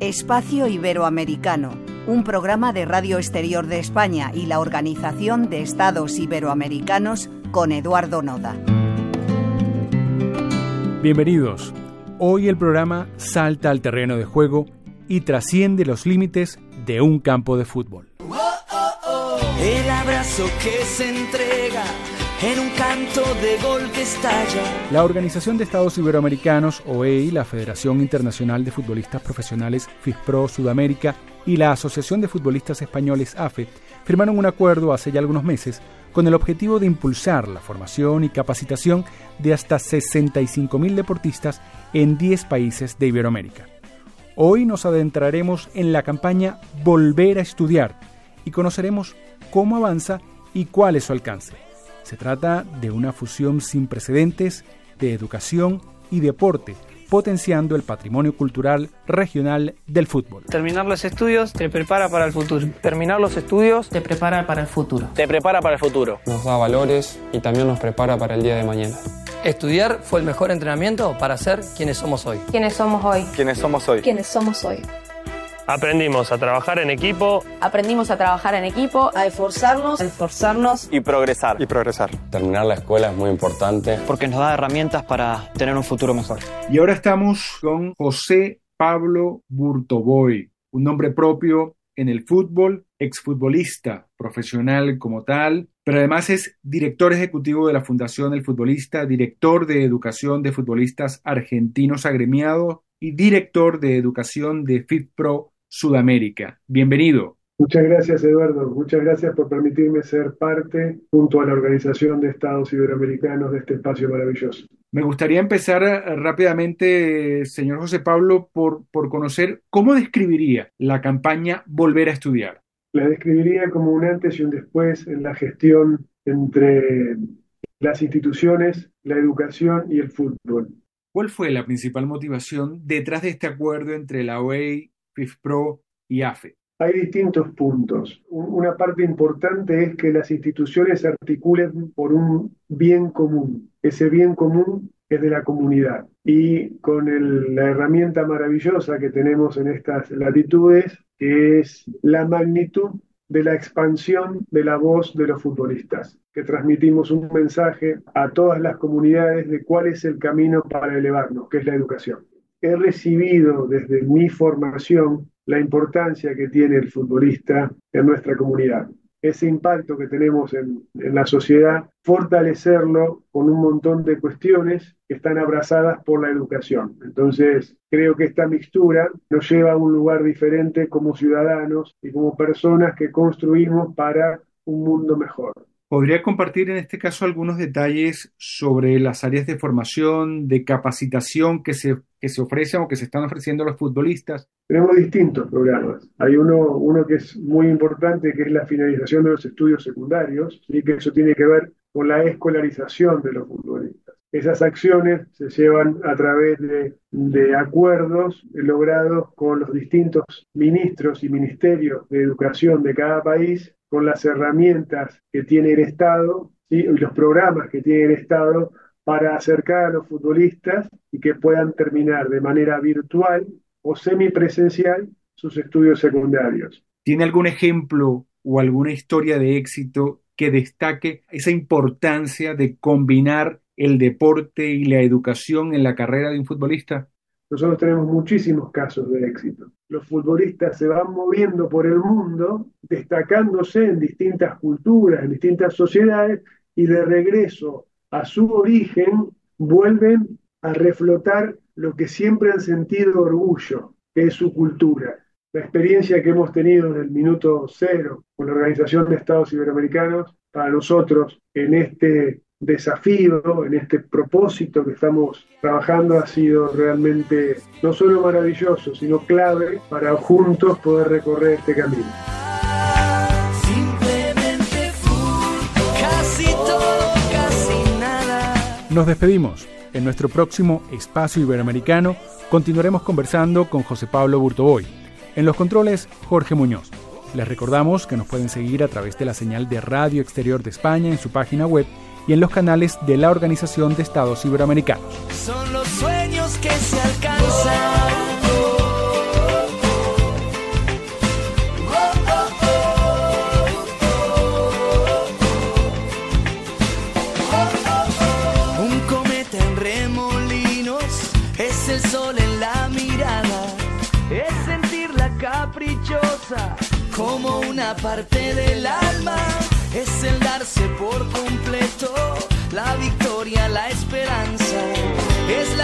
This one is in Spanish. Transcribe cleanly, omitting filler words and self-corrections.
Espacio Iberoamericano, un programa de Radio Exterior de España y la Organización de Estados Iberoamericanos con Eduardo Noda. Bienvenidos. Hoy el programa salta al terreno de juego y trasciende los límites de un campo de fútbol. El abrazo que se entrega en un canto de gol que estalla. La Organización de Estados Iberoamericanos, OEI, la Federación Internacional de Futbolistas Profesionales, FIFPro Sudamérica, y la Asociación de Futbolistas Españoles, AFE, firmaron un acuerdo hace ya algunos meses con el objetivo de impulsar la formación y capacitación de hasta 65.000 deportistas en 10 países de Iberoamérica. Hoy nos adentraremos en la campaña Volver a Estudiar y conoceremos cómo avanza y cuál es su alcance. Se trata de una fusión sin precedentes de educación y deporte, potenciando el patrimonio cultural regional del fútbol. Terminar los estudios te prepara para el futuro. Terminar los estudios te prepara para el futuro. Te prepara para el futuro. Nos da valores y también nos prepara para el día de mañana. Estudiar fue el mejor entrenamiento para ser quienes somos hoy. ¿Quiénes somos hoy? ¿Quiénes somos hoy? ¿Quiénes somos hoy? Aprendimos a trabajar en equipo. Aprendimos a trabajar en equipo, a esforzarnos y progresar. Terminar la escuela es muy importante porque nos da herramientas para tener un futuro mejor. Y ahora estamos con José Pablo Burtoboy, un nombre propio en el fútbol, exfutbolista profesional como tal, pero además es director ejecutivo de la Fundación del Futbolista, director de educación de futbolistas argentinos agremiados y director de educación de FIFPro Sudamérica. Bienvenido. Muchas gracias, Eduardo. Muchas gracias por permitirme ser parte, junto a la Organización de Estados Iberoamericanos, de este espacio maravilloso. Me gustaría empezar rápidamente, señor José Pablo, por conocer cómo describiría la campaña Volver a Estudiar. La describiría como un antes y un después en la gestión entre las instituciones, la educación y el fútbol. ¿Cuál fue la principal motivación detrás de este acuerdo entre la OEI, FIFPro y AFE? Hay distintos puntos. Una parte importante es que las instituciones se articulen por un bien común. Ese bien común es de la comunidad. Y con la herramienta maravillosa que tenemos en estas latitudes, que es la magnitud de la expansión de la voz de los futbolistas, que transmitimos un mensaje a todas las comunidades de cuál es el camino para elevarnos, que es la educación. He recibido desde mi formación la importancia que tiene el futbolista en nuestra comunidad. Ese impacto que tenemos en la sociedad, fortalecerlo con un montón de cuestiones que están abrazadas por la educación. Entonces, creo que esta mixtura nos lleva a un lugar diferente como ciudadanos y como personas que construimos para un mundo mejor. ¿Podría compartir en este caso algunos detalles sobre las áreas de formación, de capacitación que se ofrecen o que se están ofreciendo a los futbolistas? Tenemos distintos programas. Hay uno que es muy importante, que es la finalización de los estudios secundarios, y que eso tiene que ver con la escolarización de los futbolistas. Esas acciones se llevan a través de acuerdos logrados con los distintos ministros y ministerios de educación de cada país, con las herramientas que tiene el Estado, ¿sí? Y los programas que tiene el Estado para acercar a los futbolistas y que puedan terminar de manera virtual o semipresencial sus estudios secundarios. ¿Tiene algún ejemplo o alguna historia de éxito que destaque esa importancia de combinar el deporte y la educación en la carrera de un futbolista? Nosotros tenemos muchísimos casos de éxito. Los futbolistas se van moviendo por el mundo, destacándose en distintas culturas, en distintas sociedades, y de regreso a su origen vuelven a reflotar lo que siempre han sentido orgullo, que es su cultura. La experiencia que hemos tenido desde el minuto cero con la Organización de Estados Iberoamericanos, para nosotros en este desafío, en este propósito que estamos trabajando, ha sido realmente no solo maravilloso, sino clave para juntos poder recorrer este camino. Simplemente fútbol, casi todo, casi nada. Nos despedimos. En nuestro próximo Espacio Iberoamericano continuaremos conversando con José Pablo Burtoboy. En los controles, Jorge Muñoz. Les recordamos que nos pueden seguir a través de la señal de Radio Exterior de España en su página web y en los canales de la Organización de Estados Iberoamericanos. Son los sueños que se alcanzan fuerza como una parte del alma. Es el darse por completo, la victoria, la esperanza. Es